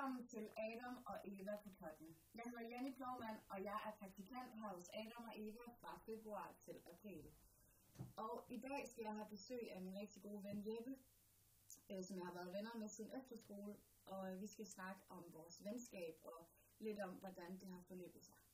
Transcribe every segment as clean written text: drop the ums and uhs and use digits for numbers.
Velkommen til Adam og Eva på Totten. Jeg hedder Jenny Plovmand, og jeg er praktikant her hos Adam og Eva fra februar til april. Og i dag skal jeg have besøg af min rigtig gode ven Jeppe, som jeg har været venner med siden efterskole, og vi skal snakke om vores venskab og lidt om, hvordan det har forløbet sig.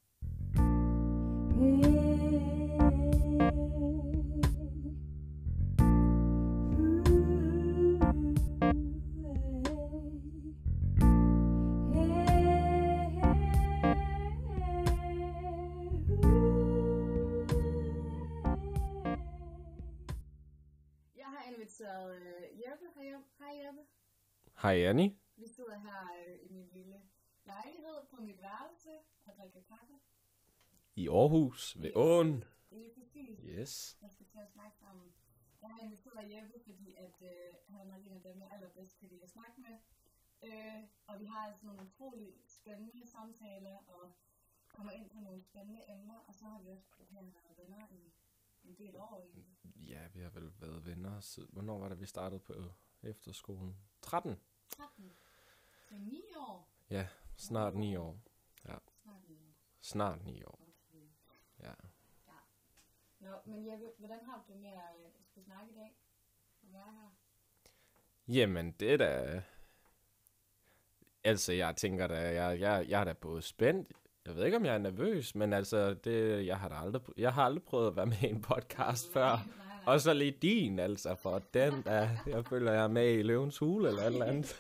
Så Jeppe, hej Jeppe. Hej Annie. Vi sidder her i min lille lejlighed på mit værelse og drikker kaffe. I Aarhus ved åen. Lige præcis. Yes. Jeg skal til at snakke sammen. Jeg har inviteret Jeppe, fordi at, han er en af dem, jeg allerbedst kan lide at snakke med. Og vi har altså nogle utrolig spændende samtaler og kommer ind på nogle spændende emner. Og så har vi også været venner i en del år i. Ja, vi har vel været venner siden. Hvornår var det, vi startede på efterskolen? 13? 13. Så 9 år? Ja, snart 9 år. Ja. Snart 9 år. Okay. Ja. Nå, men Jeppe, hvordan har du det med at skulle snakke i dag? At være her? Jamen, det er da... Altså, jeg tænker da, jeg er da både spændt. Jeg ved ikke, om jeg er nervøs, men altså, jeg har aldrig prøvet at være med i en podcast før. Nej. Og så lige din, altså, for den der, jeg føler, jeg er med i Løvens Hule eller et eller andet.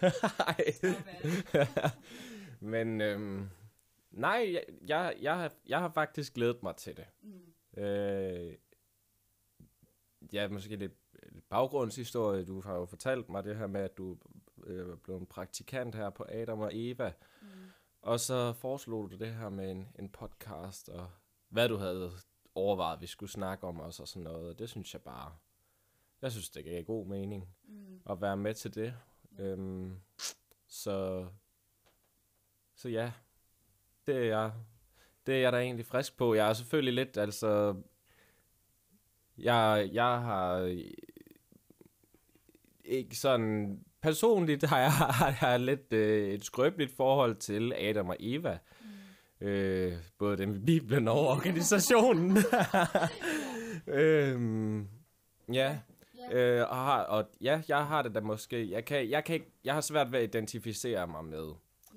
Men nej, jeg har faktisk glædet mig til det. Ja, måske lidt baggrundshistorie. Du har jo fortalt mig det her med, at du blev en praktikant her på Adam og Eva. Og så foreslog du det her med en podcast, og hvad du havde overvejet, vi skulle snakke om os og sådan noget. Og det synes jeg bare, det gav god mening at være med til det. Så ja, det er jeg da egentlig frisk på. Jeg er selvfølgelig lidt, altså, jeg har ikke sådan, personligt har jeg lidt et skrøbeligt forhold til Adam og Eva. Både dem i Bibelen og organisationen. Ja. Og ja, jeg har det da måske. Jeg har svært ved at identificere mig med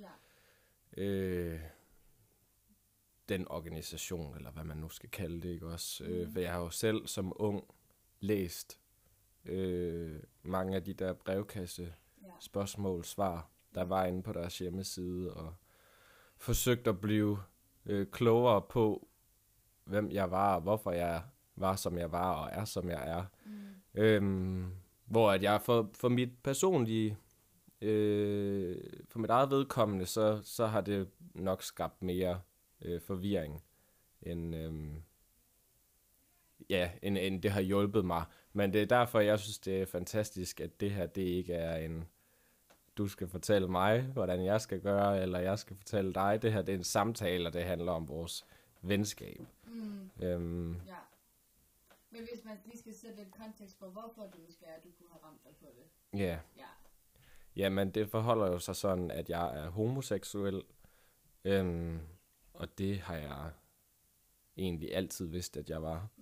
den organisation, eller hvad man nu skal kalde det, ikke også? For jeg har jo selv som ung læst mange af de der brevkasse spørgsmål, svar, der var inde på deres hjemmeside, og forsøgt at blive klogere på, hvem jeg var, og hvorfor jeg var, som jeg var, og er, som jeg er. Hvor at jeg for mit personlige, for mit eget vedkommende, så har det nok skabt mere forvirring, end det har hjulpet mig. Men det er derfor, jeg synes, det er fantastisk, at det her, det ikke er en, du skal fortælle mig, hvordan jeg skal gøre, eller jeg skal fortælle dig. Det her, det er en samtale, og det handler om vores venskab. Ja. Men hvis man lige skal sætte et kontekst på, hvorfor det måske er, at du kunne have ramt dig på det. Ja. Jamen, det forholder jo sig sådan, at jeg er homoseksuel, og det har jeg egentlig altid vidst, at jeg var.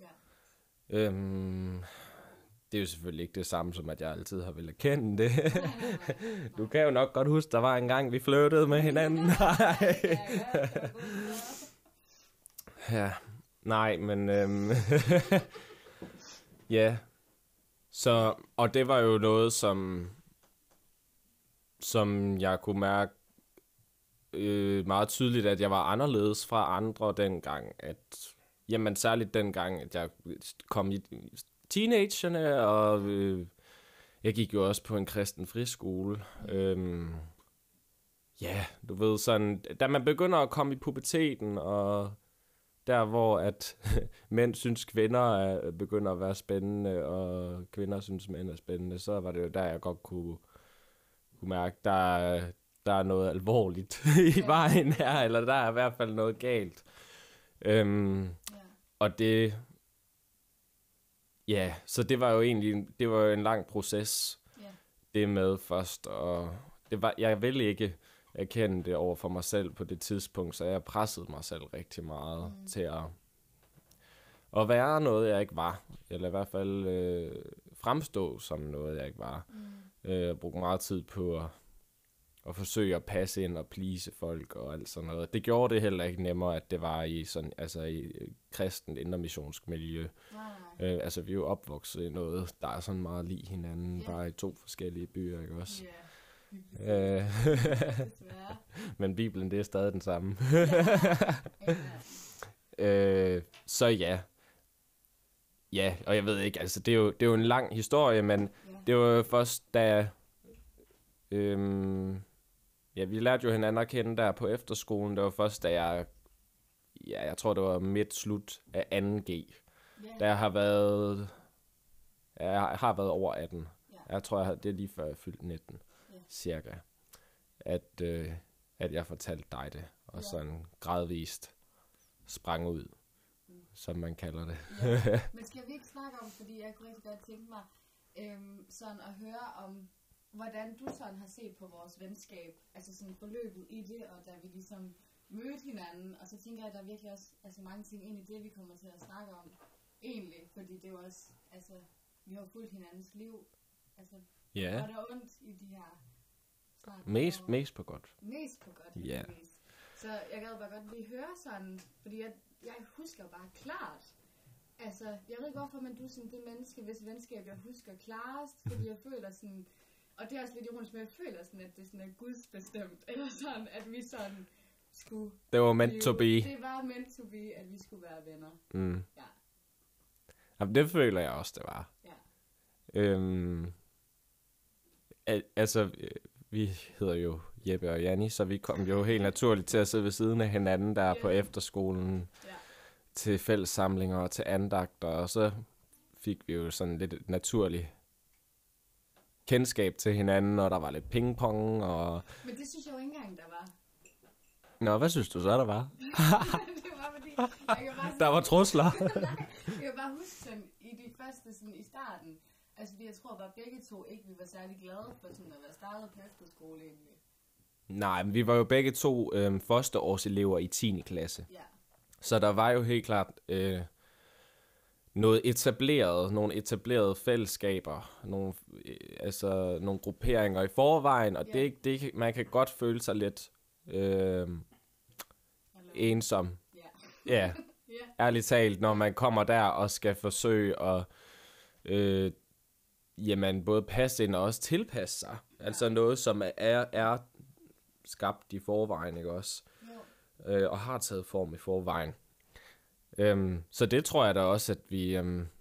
Det er jo selvfølgelig ikke det samme som, at jeg altid har ville erkende det. Du kan jo nok godt huske, der var en gang, vi flirtede med hinanden. Ja, nej, men ja. Så, og det var jo noget, som jeg kunne mærke meget tydeligt, at jeg var anderledes fra andre dengang. Jamen særligt dengang, at jeg kom i teenagerne, og jeg gik jo også på en kristen friskole. Ja, du ved sådan, da man begynder at komme i puberteten, og der hvor at mænd synes kvinder begynder at være spændende, og kvinder synes mænd er spændende, så var det jo der, jeg godt kunne mærke, der er noget alvorligt i vejen her, eller der er i hvert fald noget galt. Og det... Ja, så det var jo egentlig en lang proces, det med først, og jeg ville ikke erkende det over for mig selv på det tidspunkt, så jeg pressede mig selv rigtig meget til at være noget, jeg ikke var. Eller i hvert fald fremstå som noget, jeg ikke var. Jeg brugte meget tid på at forsøge at passe ind og please folk og alt sådan noget. Det gjorde det heller ikke nemmere, at det var i sådan, altså i kristent intermissionsk miljø. Altså vi er jo opvokset i noget, der er sådan meget lig hinanden, bare i 2 forskellige byer, ikke også? Men Bibelen, det er stadig den samme. Så ja. Ja, og jeg ved ikke, altså det er jo en lang historie, men det var jo først da... vi lærte jo hinanden at kende der på efterskolen. Det var først da jeg tror det var midt-slut af 2G. Da jeg har været over 18. Jeg tror, det er lige før jeg fyldte 19. Cirka. At jeg fortalte dig det. Og sådan gradvist sprang ud. Som man kalder det. Men skal vi ikke snakke om, fordi jeg kunne rigtig godt tænke mig sådan at høre om, hvordan du sådan har set på vores venskab, altså sådan forløbet i det, og da vi ligesom mødte hinanden, og så tænker jeg, at der er virkelig også altså mange ting ind i det, vi kommer til at snakke om, egentlig, fordi det er jo også, altså, vi har jo fulgt hinandens liv, altså, og der er ondt i de her mest på godt. Mest på godt, heldigvis. Så jeg gad bare godt lige høre sådan, fordi jeg husker bare klart, altså, jeg ved ikke hvorfor, men du er sådan det menneske, hvis venskab jeg husker klarest, fordi jeg føler sådan, og det er også lidt ironisk, men jeg føler sådan, at det sådan er gudsbestemt, eller sådan, at vi sådan skulle... Det var meant to be. Det var meant to be, at vi skulle være venner. Ja. Jamen, det føler jeg også, det var. Ja. Altså, vi hedder jo Jeppe og Janni, så vi kom jo helt naturligt til at sidde ved siden af hinanden der på efterskolen til fællessamlinger og til andagter, og så fik vi jo sådan lidt naturligt kendskab til hinanden, og der var lidt pingpong, og... Men det synes jeg jo ikke engang, der var. Nå, hvad synes du så, der var? Det var fordi, jeg kan bare... Der var trusler. Jeg kan bare huske sådan, i de første, sådan i starten, altså fordi jeg tror bare begge to ikke, vi var særlig glade for sådan at være startet på efterskole egentlig. Nej, men vi var jo begge to førsteårselever i 10. klasse. Ja. Så der var jo helt klart nogle etablerede fællesskaber, nogle grupperinger i forvejen, og det man kan godt føle sig lidt ensom. Ja, ærligt talt, når man kommer der og skal forsøge at både passe ind og også tilpasse sig. Altså noget, som er skabt i forvejen, ikke også? Og har taget form i forvejen. Så det tror jeg da også, at vi...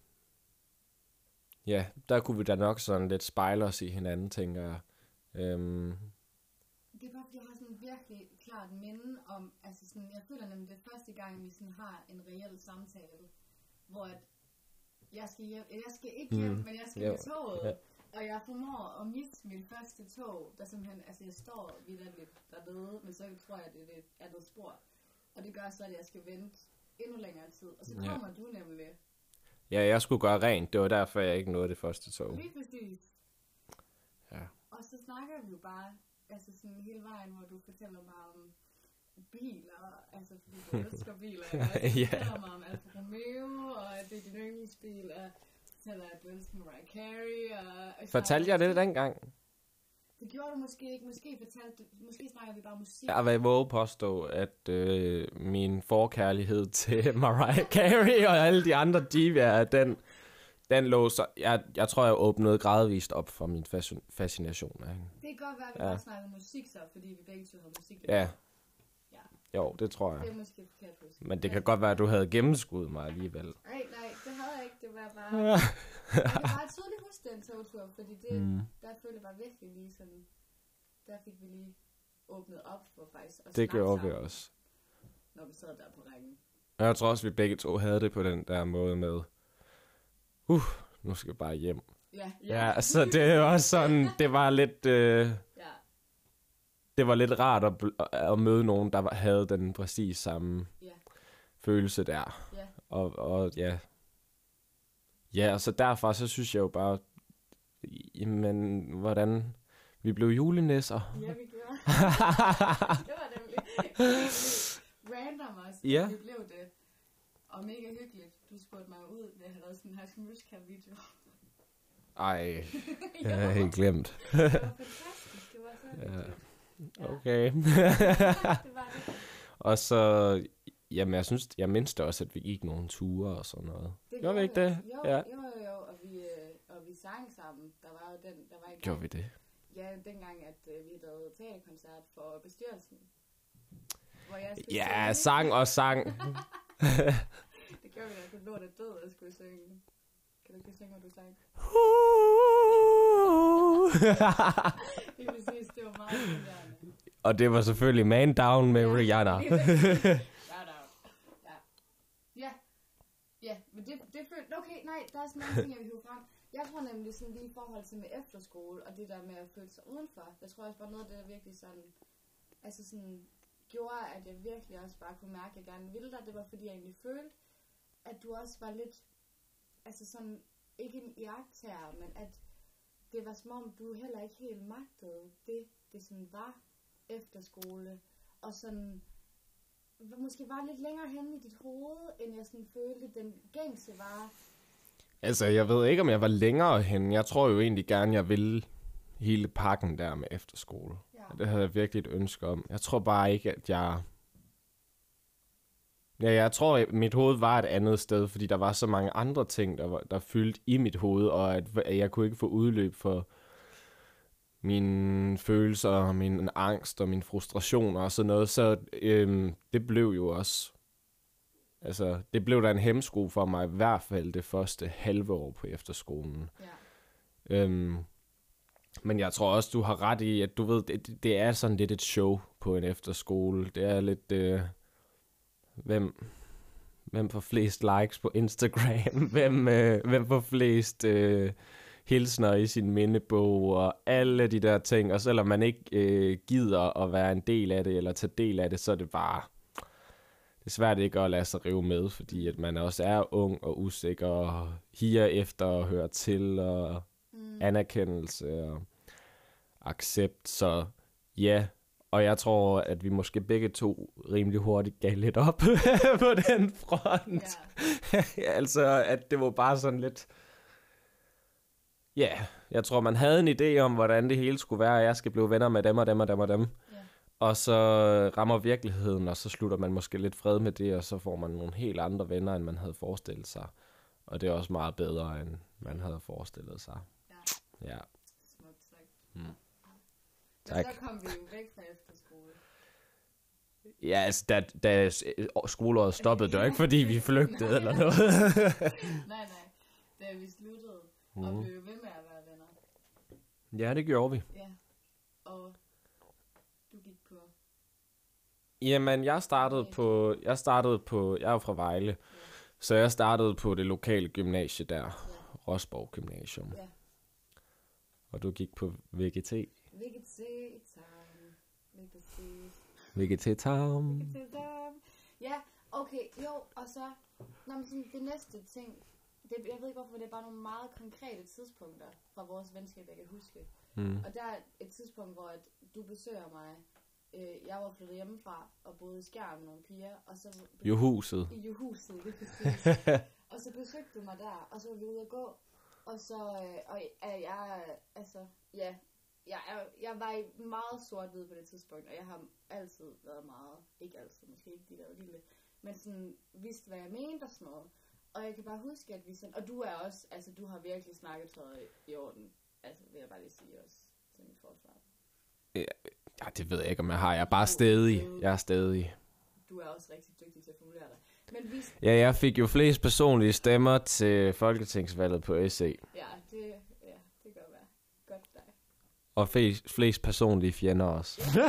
der kunne vi da nok sådan lidt spejle os i hinanden, tænker jeg. Det er bare, fordi jeg har sådan virkelig klart minde om... Altså sådan, jeg føler nemlig, det første gang, vi sådan har en reel samtale, hvor at jeg skal ikke hjem, men jeg skal med toget. Ja. Og jeg formår at miste mit første tog, der simpelthen... Altså, jeg står lidt dernede, men så tror jeg, det er et andet spor. Og det gør så, at jeg skal vente endnu længere tid. Og så kommer du nemlig. Ja, jeg skulle gøre rent. Det var derfor, jeg ikke nåede det første tog. Lige præcis. Ja. Og så snakker vi jo bare, altså sådan hele vejen, hvor du fortæller mig om biler, altså fordi du elsker biler. Jeg fortæller mig om Alfa Romeo, og at det er din yndlingsbil, og fortæller, at du elsker Mariah Carey. Og fortalte jeg det dengang? Det gjorde du måske ikke. Måske snakker vi bare musik. Jeg vil våge påstå, at min forkærlighed til Mariah Carey og alle de andre divaer, den lå så... Jeg tror, jeg åbnede gradvist op for min fascination af hende. Det kan godt være, at vi bare snakker musik så, fordi vi begge to har musik. Ja. Jo, det tror jeg. Det er måske forkert husk. Men det kan godt være, at du havde gennemskuddet mig alligevel. Nej, det havde jeg ikke. Det var bare... Jeg kan bare tydeligt huske den togtur, fordi der følte jeg bare virkelig lige sådan... Der fik vi lige åbnet op for faktisk at det gjorde vi også. Når vi sad der på rækken. Jeg tror også, vi begge to havde det på den der måde med... nu skal jeg bare hjem. Ja, altså det er også sådan... Det var lidt... Det var lidt rart at møde nogen, der havde den præcis samme følelse der. Og og så derfor, så synes jeg jo bare, jamen, hvordan vi blev julenisser. Ja, vi gjorde. Det var nemlig random også. Ja. Det blev det. Og mega hyggeligt. Du spurgte mig ud, ved at have lavet sådan en High School Musical video. Ej, jeg har helt glemt. Det var fantastisk. Det var så hyggeligt. Okay. Det var det. Og så, jamen jeg mindste også, at vi gik nogle ture og sådan noget. Gjorde vi ikke det? Jo, Ja. jo. Og vi sang sammen. Der var jo den, der var i Gjorde vi det? Ja, dengang, at vi lavede teaterkoncert for bestyrelsen. Hvor jeg skulle Ja, synge. sang og sang. Det gjorde vi da, du lå der død og skulle synge. Kan du ikke synge, hvad du sang? Det er præcis, det var meget imponerende. Og det var selvfølgelig Man Down med Rihanna. Shout out. Ja, men det følte, okay, nej, der er sådan mange ting, jeg vil hive frem. Jeg tror nemlig sådan lige i forhold til med efterskole, og det der med at føle sig udenfor, jeg tror også bare noget af det, der virkelig sådan, altså sådan, gjorde, at jeg virkelig også bare kunne mærke, at jeg gerne ville dig. Det var fordi, jeg egentlig følte, at du også var lidt, altså sådan, ikke en iagttager, men at det var som om, du heller ikke helt magtede det sådan var efterskole, og sådan, måske var lidt længere hen i dit hoved, end jeg sådan følte, den gængse var. Altså, jeg ved ikke, om jeg var længere hen. Jeg tror jo egentlig gerne, jeg ville hele pakken der med efterskole. Ja. Det havde jeg virkelig et ønske om. Jeg tror bare ikke, at jeg... Ja, jeg tror, at mit hoved var et andet sted, fordi der var så mange andre ting, der fyldte i mit hoved, og at jeg kunne ikke få udløb for mine følelser, min angst og min frustrationer og sådan noget. Så det blev jo også... Altså, det blev da en hæmsko for mig, i hvert fald det første halve år på efterskolen. Ja. Men jeg tror også, du har ret i, at du ved, det er sådan lidt et show på en efterskole. Det er lidt, hvem får flest likes på Instagram? Hvem får flest hilsner i sin mindebog? Og alle de der ting. Og selvom man ikke gider at være en del af det, eller tage del af det, så er det bare... Det er svært ikke at lade sig rive med, fordi at man også er ung og usikker, og higer efter at høre til, og anerkendelse og accept. Så ja, og jeg tror, at vi måske begge to rimelig hurtigt gav lidt op på den front. Yeah. Altså, at det var bare sådan lidt... Ja, jeg tror, man havde en idé om, hvordan det hele skulle være, og jeg skal blive venner med dem og dem og dem og dem. Og så rammer virkeligheden, og så slutter man måske lidt fred med det, og så får man nogle helt andre venner, end man havde forestillet sig. Og det er også meget bedre, end man havde forestillet sig. Ja. Smukt sagt. Tak. Så kom vi jo væk fra efterskole. Ja, altså, da skoleåret stoppede, det var ikke, fordi vi flygtede eller noget. nej. Da vi sluttede, og blev ved med at være venner. Ja, det gjorde vi. Ja, og... Du gik på... Jamen, jeg er jo fra Vejle, så jeg startede på det lokale gymnasie der, Rosborg Gymnasium. Ja. Og du gik på VGT. VGT Town. Ja, okay, jo, og så, det næste ting, jeg ved ikke hvorfor, det er bare nogle meget konkrete tidspunkter fra vores venskab, jeg kan huske. Og der er et tidspunkt, hvor at du besøger mig. Jeg var flyttet hjemmefra og boede i Skjern med nogle piger. Og så Juhuset. I Juhuset, det er præcis. Og så besøgte du mig der, og så var vi ude at gå. Og så, jeg var i meget sort-hvid på det tidspunkt, og jeg har altid været meget, ikke altid, måske ikke de der lille, men sådan vidst, hvad jeg mente og sådan noget. Og jeg kan bare huske, at vi sådan, og du er også, altså du har virkelig snakket tøjet i orden, altså vil jeg bare lige sige også til mit forsvar. Ja, det ved jeg ikke, om jeg har. Jeg er bare stædig. Jeg er stædig. Du er også rigtig dygtig til at formulere dig. Men vi... Ja, jeg fik jo flest personlige stemmer til folketingsvalget på SE. Ja, det kan være. Godt dig. Og flest personlige fjender også. Ja,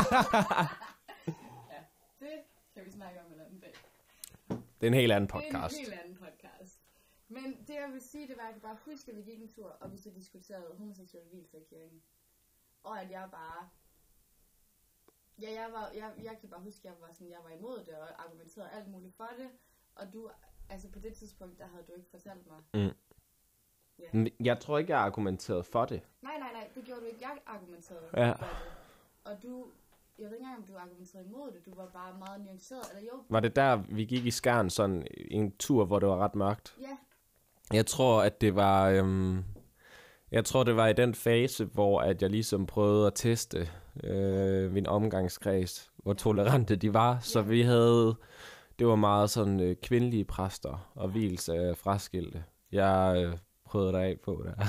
det kan vi snakke om en anden dag. Det er en helt anden podcast. Det er en helt anden podcast. Men det jeg vil sige, det var, at jeg kan bare huske, at vi gik en tur, og vi så diskuterede homoseksuelle vielser i kirken. Og at jeg bare... Ja, jeg kan bare huske, at jeg var imod det, og argumenterede alt muligt for det. Og du, altså på det tidspunkt, der havde du ikke fortalt mig. Yeah. Jeg tror ikke, jeg argumenterede for det. Nej, det gjorde du ikke. Jeg argumenterede for det. Og du, jeg ved ikke engang, om du argumenterede imod det, du var bare meget nuanceret, eller jo? Var det der, vi gik i Skjern sådan en tur, hvor det var ret mørkt? Ja. Jeg tror, at det var... det var i den fase, hvor at jeg ligesom prøvede at teste min omgangskreds, hvor tolerante de var. Så vi havde... Det var meget sådan kvindelige præster og vielse af fraskilte. Jeg prøvede dig af på der.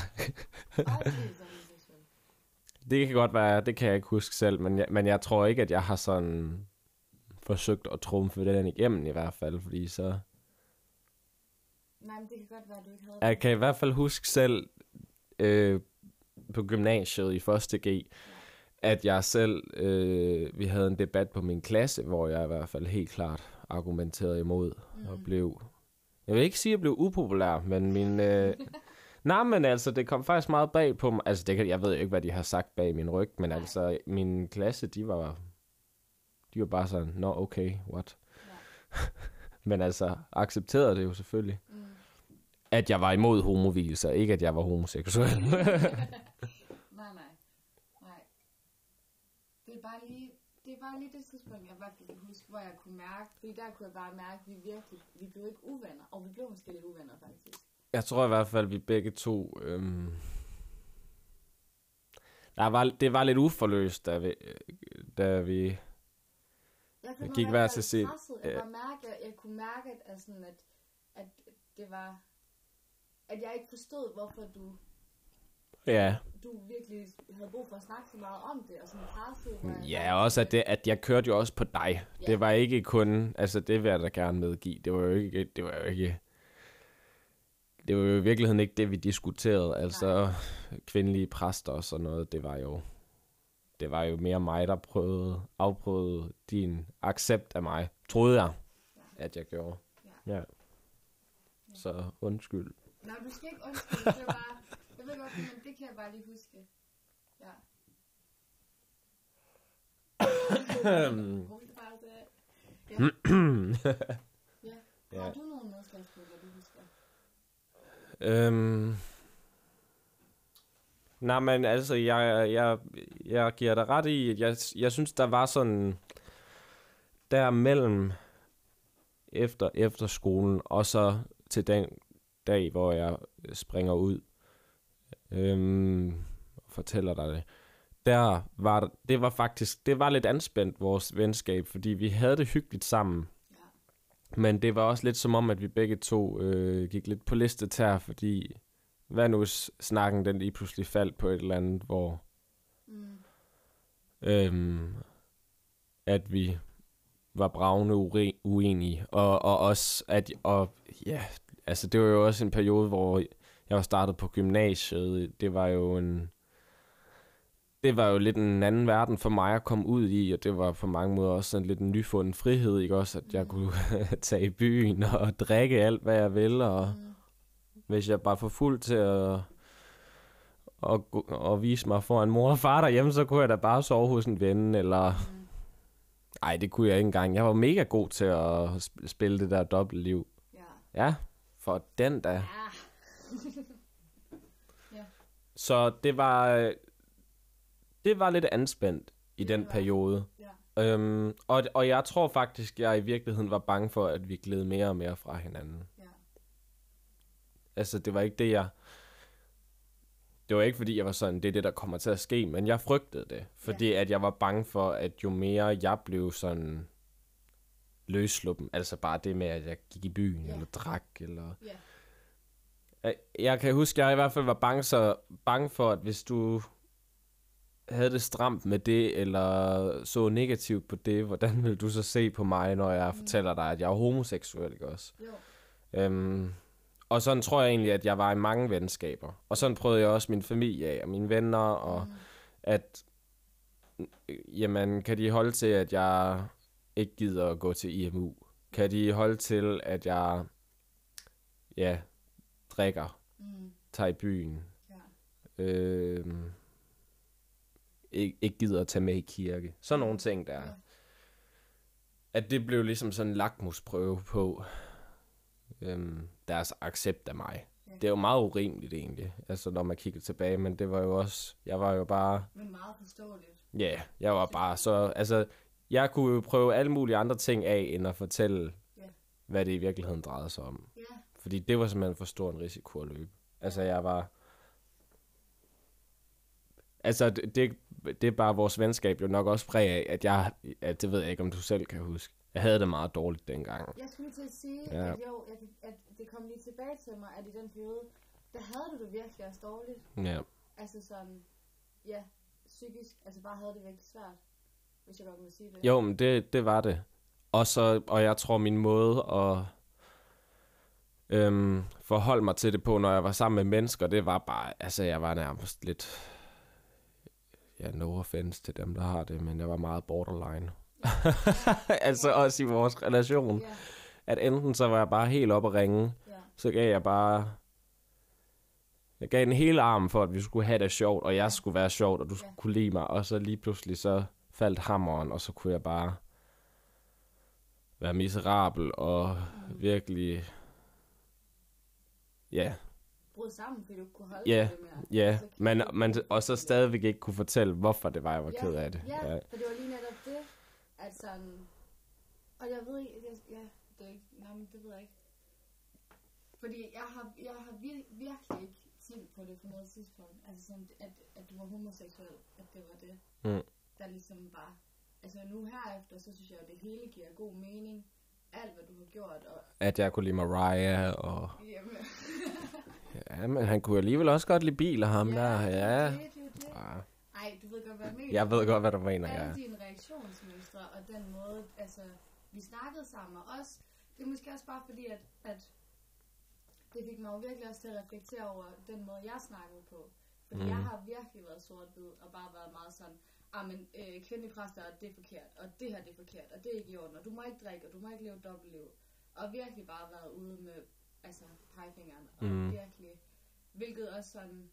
Det kan godt være, det kan jeg ikke huske selv, men jeg tror ikke, at jeg har sådan forsøgt at trumfe den igennem i hvert fald, fordi så... Nej, men det kan godt være, at du ikke havde... Jeg kan i hvert fald huske selv på gymnasiet i 1. G, at jeg selv, vi havde en debat på min klasse, hvor jeg i hvert fald helt klart argumenterede imod og blev... Jeg vil ikke sige, at jeg blev upopulær, men min... Nej, men altså, det kom faktisk meget bag på mig. Altså, jeg ved ikke, hvad de har sagt bag min ryg, men altså, min klasse, de var bare sådan, nå, okay, what? Ja. Men altså, accepterede det jo selvfølgelig. At jeg var imod homovielser, ikke at jeg var homoseksuel. nej. Det er bare lige det tidspunkt, jeg faktisk kan huske, hvor jeg kunne mærke, fordi der kunne jeg bare mærke, at vi blev ikke uvenner, og vi blev måske lidt uvenner faktisk. Jeg tror i hvert fald, at vi begge to... det var lidt uforløst, da vi gik hver til sit. Jeg kunne mærke, at det var... At jeg ikke forstod, hvorfor du virkelig havde brug for at snakke så meget om det, og sådan pressede. Ja, også at jeg kørte jo også på dig. Ja. Det var ikke kun... Altså, det vil jeg da gerne medgive. Det var jo i virkeligheden ikke det, vi diskuterede. Altså, kvindelige præster og sådan noget, det var jo mere mig, der afprøvede din accept af mig. Troede jeg, at jeg gjorde. Ja. Så undskyld. Nej, du skal ikke undskylde. Det var bare... Jeg ved godt, men det kan jeg bare lige huske. Ja. Ja. Har du nogle nedslagsbøger, du husker? Nej, men altså, jeg giver dig ret i, jeg synes, der var sådan, der mellem efter skolen, og så til den dag, hvor jeg springer ud, og fortæller dig det, det var lidt anspændt, vores venskab, fordi vi havde det hyggeligt sammen. Ja. Men det var også lidt som om, at vi begge to gik lidt på listetær, fordi hvad nu snakken den lige pludselig faldt på et eller andet, hvor at vi var bravende uenige, og også altså det var jo også en periode, hvor jeg var startet på gymnasiet. Det var jo lidt en anden verden for mig at komme ud i, og det var på mange måder også sådan lidt en nyfunden frihed, ikke også, at jeg kunne tage i byen og drikke alt, hvad jeg ville, og hvis jeg bare får fuld til at vise mig foran mor og far derhjemme, så kunne jeg da bare sove hos en ven, eller... Ej, det kunne jeg ikke engang. Jeg var mega god til at spille det der dobbeltliv. Ja, for den da. Så det var lidt anspændt i den periode. Og jeg tror faktisk, jeg i virkeligheden var bange for, at vi gled mere og mere fra hinanden. Altså, det var ikke det, det var ikke, fordi jeg var sådan, det er det, der kommer til at ske, men jeg frygtede det. Fordi at jeg var bange for, at jo mere jeg blev sådan løssluppen, altså bare det med, at jeg gik i byen, eller drak, eller... Jeg kan huske, jeg i hvert fald var bange for, at hvis du havde det stramt med det, eller så negativt på det, hvordan vil du så se på mig, når jeg fortæller dig, at jeg er homoseksuel, ikke også? Og sådan tror jeg egentlig, at jeg var i mange venskaber. Og sådan prøvede jeg også min familie af, og mine venner, og at, jamen, kan de holde til, at jeg ikke gider at gå til IMU? Kan de holde til, at jeg, drikker, tager i byen, ikke gider at tage med i kirke? Sådan nogle ting der. At det blev ligesom sådan en lakmusprøve på deres accept af mig. Det er jo meget urimeligt egentlig, altså når man kigger tilbage, men det var jo også, jeg var jo bare... Men meget forståeligt. Ja, jeg var bare så... Altså, jeg kunne jo prøve alle mulige andre ting af, end at fortælle, hvad det i virkeligheden drejede sig om. Fordi det var simpelthen for stor en risiko at løbe. Altså, jeg var... Altså, det er bare vores venskab jo nok også præg af, at det ved jeg ikke, om du selv kan huske. Jeg havde det meget dårligt dengang. Jeg skulle til at sige, at det kom lige tilbage til mig, at i den periode, der havde du det virkelig også dårligt. Ja. Altså sådan, psykisk, altså bare havde det virkelig svært, hvis jeg godt må sige det. Jo, men det var det. Og jeg tror, min måde at forholde mig til det på, når jeg var sammen med mennesker, det var bare, altså jeg var nærmest lidt, no offense til dem, der har det, men jeg var meget borderline. Altså også i vores relation. At enten så var jeg bare helt op at ringe, så gav jeg gav den hele arm for, at vi skulle have det sjovt, og jeg skulle være sjovt, og du skulle kunne lide mig, og så lige pludselig så faldt hammeren, og så kunne jeg bare være miserabel, og virkelig, brød sammen, fordi du kunne holde det mere. Ja, men og så stadigvæk ikke kunne fortælle, hvorfor det var, jeg var ked af det. Ja, for det var lige netop det, at sådan, og jeg ved ikke, det er ikke, men det ved jeg ikke. Fordi jeg har virkelig ikke tænkt på det på noget tidspunkt. Altså sådan, at du var homoseksuel, at det var det, der ligesom var. Altså nu herefter, så synes jeg, at det hele giver god mening. Alt, hvad du har gjort. Og at jeg kunne lide Mariah, og... Ja, men han kunne alligevel også godt lide biler, ham der. Ja. Det. Ej, du ved godt, hvad jeg mener. Jeg ved godt, hvad du mener, alle dine reaktionsmønstre, og den måde, altså, vi snakkede sammen, og også, det er måske også bare fordi, at det fik mig jo virkelig også til at reflektere over den måde, jeg snakkede på. Fordi jeg har virkelig været sort-hvid, og bare været meget sådan, men kvindelige præster, det er forkert, og det her det er forkert, og det er ikke i orden, og du må ikke drikke, og du må ikke leve dobbeltliv. Og virkelig bare været ude med, altså, pegefingeren, og virkelig, hvilket også sådan,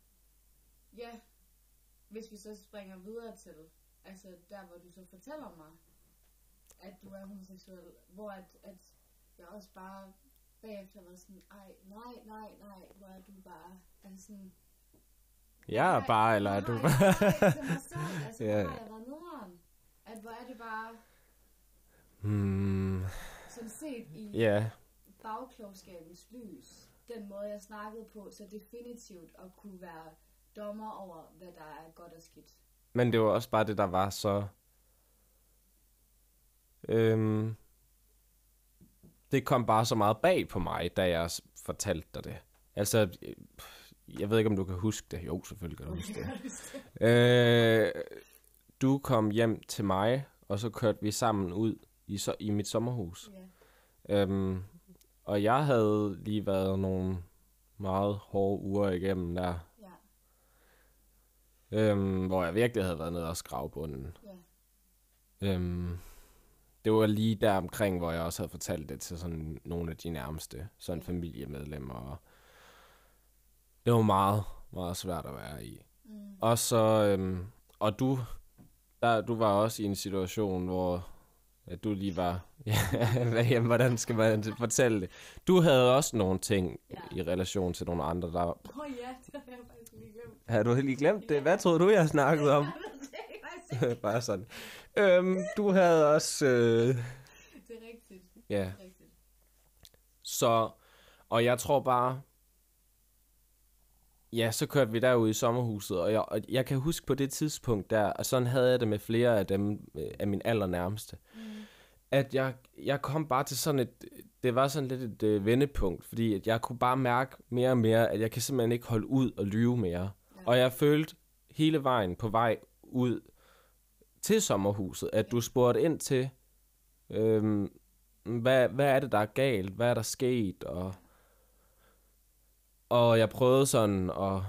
hvis vi så springer videre til, altså der, hvor du så fortæller mig, at du er homoseksuel, hvor at jeg også bare bagefter var sådan, nej, hvor er du bare, altså sådan, jeg er bare, eller er du bare... Nej, til mig selv, altså, hvor har jeg været nederen? At hvor er det bare... Sådan set i bagklogskabens lys, den måde, jeg snakkede på, så definitivt at kunne være dommer over, hvad der er godt og skidt. Men det var også bare det, der var så... Det kom bare så meget bag på mig, da jeg fortalte dig det. Altså... Jeg ved ikke, om du kan huske det. Jo, selvfølgelig kan du huske det. Du kom hjem til mig, og så kørte vi sammen ud i mit sommerhus. Og jeg havde lige været nogle meget hårde uger igennem der. Hvor jeg virkelig havde været nede og skrave bunden. Det var lige der omkring, hvor jeg også havde fortalt det til sådan nogle af de nærmeste, sådan familiemedlemmer, og det var meget, meget svært at være i. Og så, og du var også i en situation, hvor at du lige var, hvordan skal man fortælle det? Du havde også nogle ting i relation til nogle andre, der... Det har jeg faktisk lige glemt. Har du lige glemt det? Hvad troede du, jeg snakkede om? Bare sådan. Du havde også... Det er rigtigt. Ja. Så, og jeg tror bare... Ja, så kørte vi derud i sommerhuset, og jeg kan huske på det tidspunkt der, og sådan havde jeg det med flere af dem, af min allernærmeste, at jeg kom bare til sådan det var sådan lidt et vendepunkt, fordi at jeg kunne bare mærke mere og mere, at jeg kan simpelthen ikke holde ud og lyve mere. Ja. Og jeg følte hele vejen på vej ud til sommerhuset, at du spurgte ind til, hvad er det, der er galt, hvad er der sket, og jeg prøvede sådan at,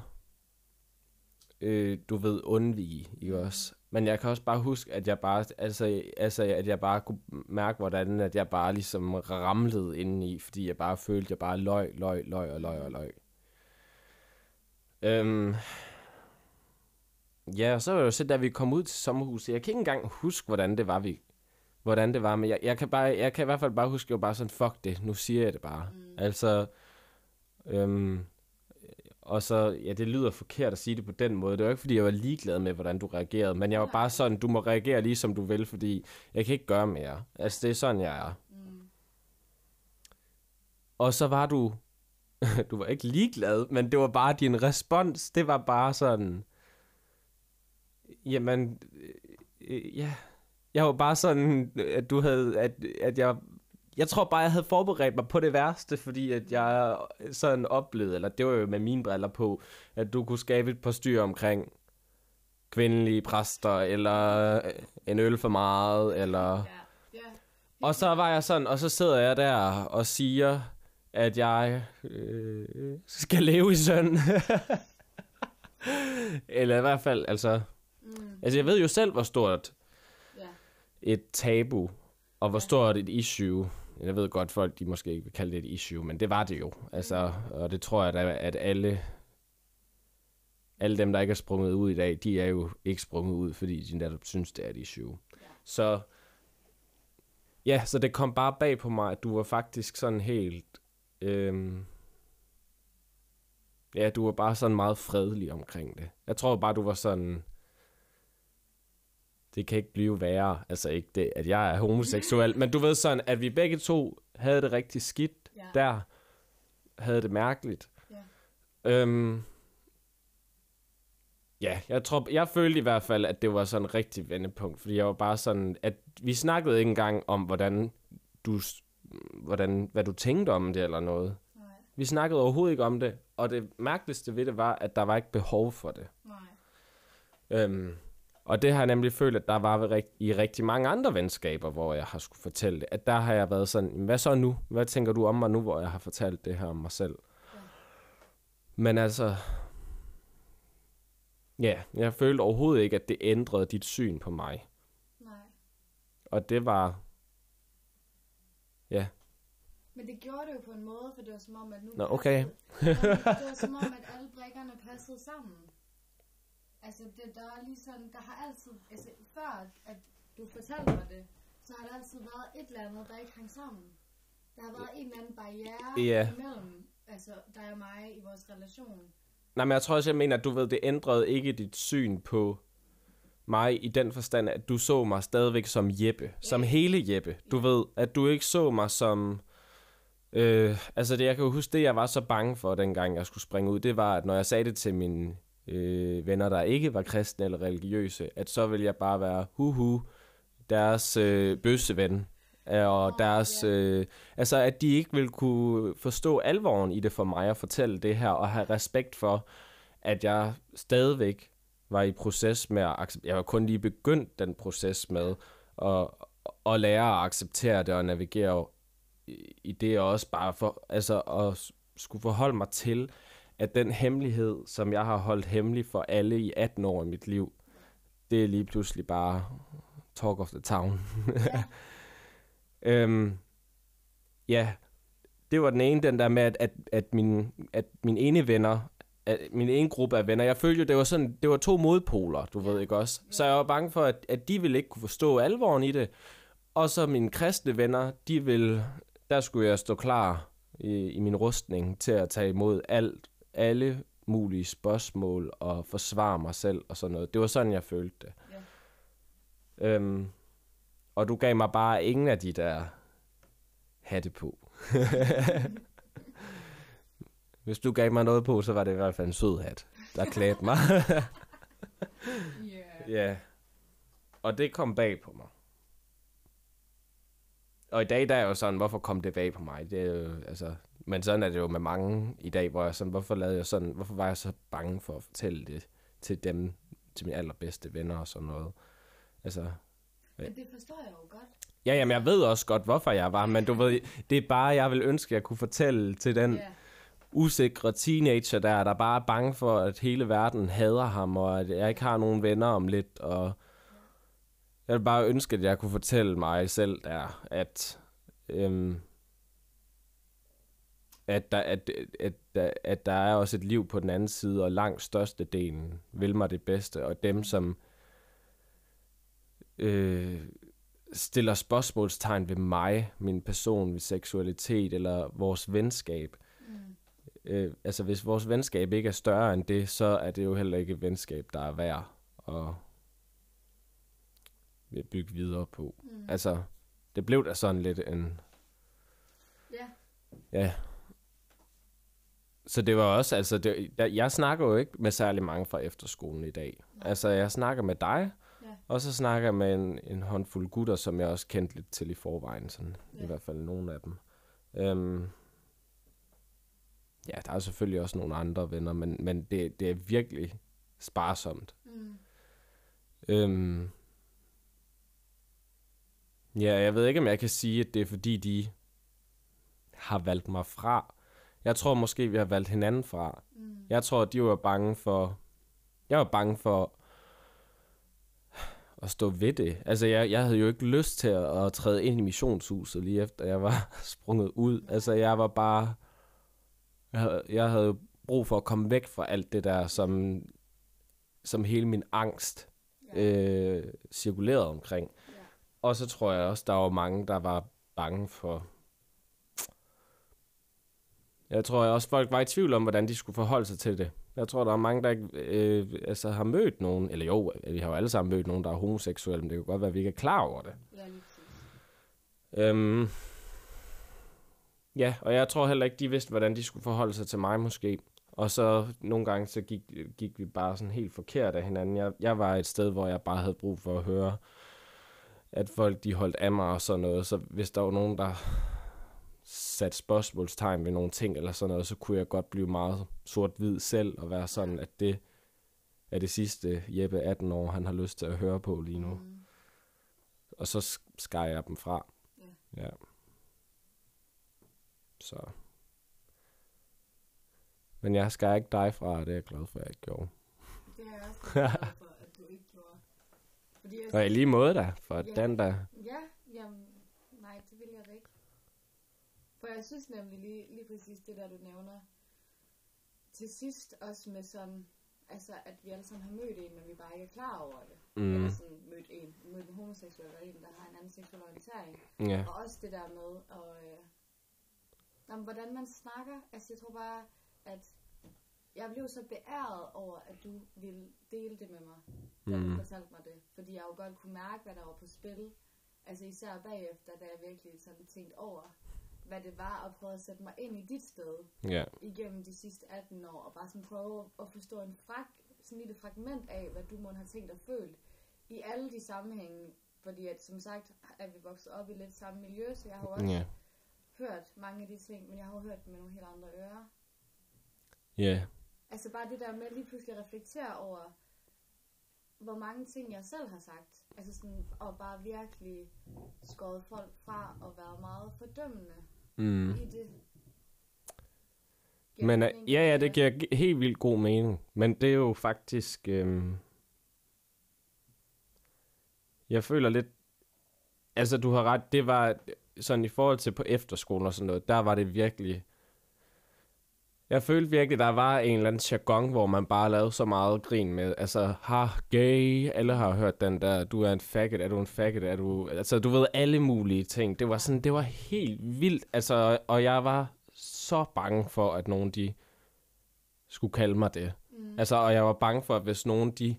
du ved, undvige, ikke også? Men jeg kan også bare huske, at jeg bare, at jeg bare kunne mærke, hvordan at jeg bare ligesom ramlede indeni, fordi jeg bare følte, at jeg bare løg. Ja, og så var det jo så, da vi kom ud til sommerhuset, jeg kan ikke engang huske, hvordan det var, men jeg kan i hvert fald bare huske, at jeg var bare sådan, fuck det, nu siger jeg det bare. Altså, Og så, ja, det lyder forkert at sige det på den måde. Det var ikke, fordi jeg var ligeglad med, hvordan du reagerede. Men jeg var bare sådan, du må reagere lige som du vil, fordi jeg kan ikke gøre mere. Altså, det er sådan, jeg er. Og så var du var ikke ligeglad, men det var bare din respons. Det var bare sådan, jamen, ja. Jeg var bare sådan, at du havde, at jeg tror bare, jeg havde forberedt mig på det værste, fordi at jeg sådan oplevede, eller det var jo med mine briller på, at du kunne skabe et par styr omkring kvindelige præster, eller en øl for meget, eller... Og så var jeg sådan, og så sidder jeg der og siger, at jeg skal leve i synd. Eller i hvert fald, altså jeg ved jo selv, hvor stort et tabu, og hvor stort et issue. Jeg ved godt, folk de måske ikke vil kalde det et issue, men det var det jo. Altså, og det tror jeg da, at alle dem, der ikke er sprunget ud i dag, de er jo ikke sprunget ud, fordi de netop synes, det er et issue. Så ja, så det kom bare bag på mig, at du var faktisk sådan helt... ja, du var bare sådan meget fredelig omkring det. Jeg tror bare, du var sådan... Det kan ikke blive værre. Altså ikke det, at jeg er homoseksuel. Men du ved sådan, at vi begge to havde det rigtig skidt der. Havde det mærkeligt. Ja, jeg følte i hvert fald, at det var sådan en rigtig vendepunkt. Fordi jeg var bare sådan, at vi snakkede ikke engang om, hvad du tænkte om det eller noget. Nej. Vi snakkede overhovedet ikke om det. Og det mærkeligste ved det var, at der var ikke behov for det. Nej. Og det har jeg nemlig følt, at der var i rigtig mange andre venskaber, hvor jeg har skulle fortælle det. At der har jeg været sådan, hvad så nu? Hvad tænker du om mig nu, hvor jeg har fortalt det her om mig selv? Ja. Men altså... Ja, jeg følte overhovedet ikke, at det ændrede dit syn på mig. Nej. Og det var... Ja. Men det gjorde det jo på en måde, for det var som om, at nu... Nå, okay. Det var som om, at alle brikkerne passede sammen. Altså, der er lige sådan, der har altid, altså før at du fortalte mig det, så har der altid været et eller andet, der ikke hang sammen. Der har været en eller anden barriere imellem, altså dig og mig i vores relation. Nej, men jeg tror også, jeg mener, at du ved, det ændrede ikke dit syn på mig i den forstand, at du så mig stadigvæk som Jeppe, som hele Jeppe. Du ved, at du ikke så mig som... altså, jeg kan jo huske det, jeg var så bange for, dengang jeg skulle springe ud, det var, at når jeg sagde det til mine venner, der ikke var kristne eller religiøse, at så ville jeg bare være deres bøsseven. Og deres, altså at de ikke ville kunne forstå alvoren i det for mig at fortælle det her, og have respekt for, at jeg stadigvæk var i proces med at acceptere, jeg var kun lige begyndt den proces med at lære at acceptere det og navigere i det, og også bare for, altså at skulle forholde mig til, at den hemmelighed, som jeg har holdt hemmelig for alle i 18 år i mit liv, det er lige pludselig bare talk of the town. Ja, det var den ene, den der med, at mine ene venner, min ene gruppe af venner, jeg følte jo, det var to modpoler, du ved ikke også? Så jeg var bange for, at de ville ikke kunne forstå alvoren i det, og så mine kristne venner, der skulle jeg stå klar i min rustning til at tage imod alle mulige spørgsmål og forsvare mig selv og sådan noget. Det var sådan, jeg følte det. Ja. Og du gav mig bare ingen af de der hatte på. Hvis du gav mig noget på, så var det i hvert fald en sød hat, der klædte mig. Ja. Og det kom bag på mig. Og i dag der er jo sådan, hvorfor kom det bag på mig? Det er jo, altså, men sådan er det jo med mange i dag, hvor jeg sådan, hvorfor var jeg så bange for at fortælle det til dem, til mine allerbedste venner og sådan noget. Altså... Men det forstår jeg jo godt. Ja, jamen jeg ved også godt, hvorfor jeg var, men du ved, det er bare, jeg vil ønske, at jeg kunne fortælle til den usikre teenager der bare er bange for, at hele verden hader ham, og at jeg ikke har nogen venner om lidt, og jeg vil bare ønske, at jeg kunne fortælle mig selv der, at der er også et liv på den anden side, og langt størstedelen vil mig det bedste, og dem, som stiller spørgsmålstegn ved mig, min person, ved seksualitet eller vores venskab, altså hvis vores venskab ikke er større end det, så er det jo heller ikke et venskab, der er værd at bygge videre på. Altså, det blev da sådan lidt en... Ja. Så det var også, altså, jeg snakker jo ikke med særlig mange fra efterskolen i dag. Nej. Altså, jeg snakker med dig, og så snakker jeg med en håndfuld gutter, som jeg også kendte lidt til i forvejen, sådan, i hvert fald nogle af dem. Ja, der er selvfølgelig også nogle andre venner, men det er virkelig sparsomt. Ja, jeg ved ikke, om jeg kan sige, at det er fordi, de har valgt mig fra. Jeg tror måske, vi har valgt hinanden fra. Jeg tror, de var bange for... Jeg var bange for at stå ved det. Altså, jeg havde jo ikke lyst til at træde ind i missionshuset lige efter, jeg var sprunget ud. Altså, jeg var bare... Jeg havde jo brug for at komme væk fra alt det der, som hele min angst cirkulerede omkring. Og så tror jeg også, der var mange, der var bange for... Jeg tror også, folk var i tvivl om, hvordan de skulle forholde sig til det. Jeg tror, der er mange, der ikke har mødt nogen, eller jo, vi har jo alle sammen mødt nogen, der er homoseksuelle, men det kan godt være, at vi ikke er klar over det. Ja, og jeg tror heller ikke, de vidste, hvordan de skulle forholde sig til mig måske. Og så nogle gange, så gik vi bare sådan helt forkert af hinanden. Jeg var et sted, hvor jeg bare havde brug for at høre, at folk de holdt af mig og sådan noget. Så hvis der var nogen, der satte spørgsmålstegn ved nogle ting eller sådan noget, så kunne jeg godt blive meget sort-hvid selv og være sådan, at det er det sidste Jeppe 18 år, han har lyst til at høre på lige nu. Og så skar jeg dem fra. Ja. Så. Men jeg skar ikke dig fra, det er jeg glad for, at jeg ikke gjorde. Det er jeg også glad for, at du ikke gjorde. Fordi og i lige måde da, for den der... Ja, jamen, nej, det vil jeg da ikke. For jeg synes nemlig lige præcis det der, du nævner. Til sidst også med sådan, altså at vi alle sammen har mødt en, men vi bare ikke er klar over det. Eller sådan mødt en homoseksuel, eller en, der har en anden seksuel orientering. Og også det der med, hvordan man snakker. Altså jeg tror bare, at jeg blev så beæret over, at du ville dele det med mig, da du fortalte mig det. Fordi jeg jo godt kunne mærke, hvad der var på spil. Altså især bagefter, da jeg virkelig sådan tænkte over, hvad det var, og prøvede at sætte mig ind i dit sted igennem de sidste 18 år, og bare sådan prøve at forstå sådan et fragment af, hvad du må have tænkt og følt i alle de sammenhænge. Fordi at, som sagt, er vi vokset op i lidt samme miljø, så jeg har også hørt mange af de ting, men jeg har jo hørt dem med nogle helt andre ører. Ja. Altså bare det der med lige pludselig at reflektere over, hvor mange ting jeg selv har sagt. Altså sådan, og bare virkelig skåret folk fra og været meget fordømmende i det. Men det giver helt vildt god mening. Men det er jo faktisk... jeg føler lidt... Altså, du har ret. Det var sådan i forhold til på efterskolen og sådan noget, der var det virkelig... Jeg følte virkelig, der var en eller anden jargon, hvor man bare lavede så meget grin med. Altså, gay, alle har hørt den der, du er en faggot, er du en faggot, er du... Altså, du ved, alle mulige ting. Det var sådan, det var helt vildt. Altså, og jeg var så bange for, at nogen de skulle kalde mig det. Altså, og jeg var bange for, at hvis nogen de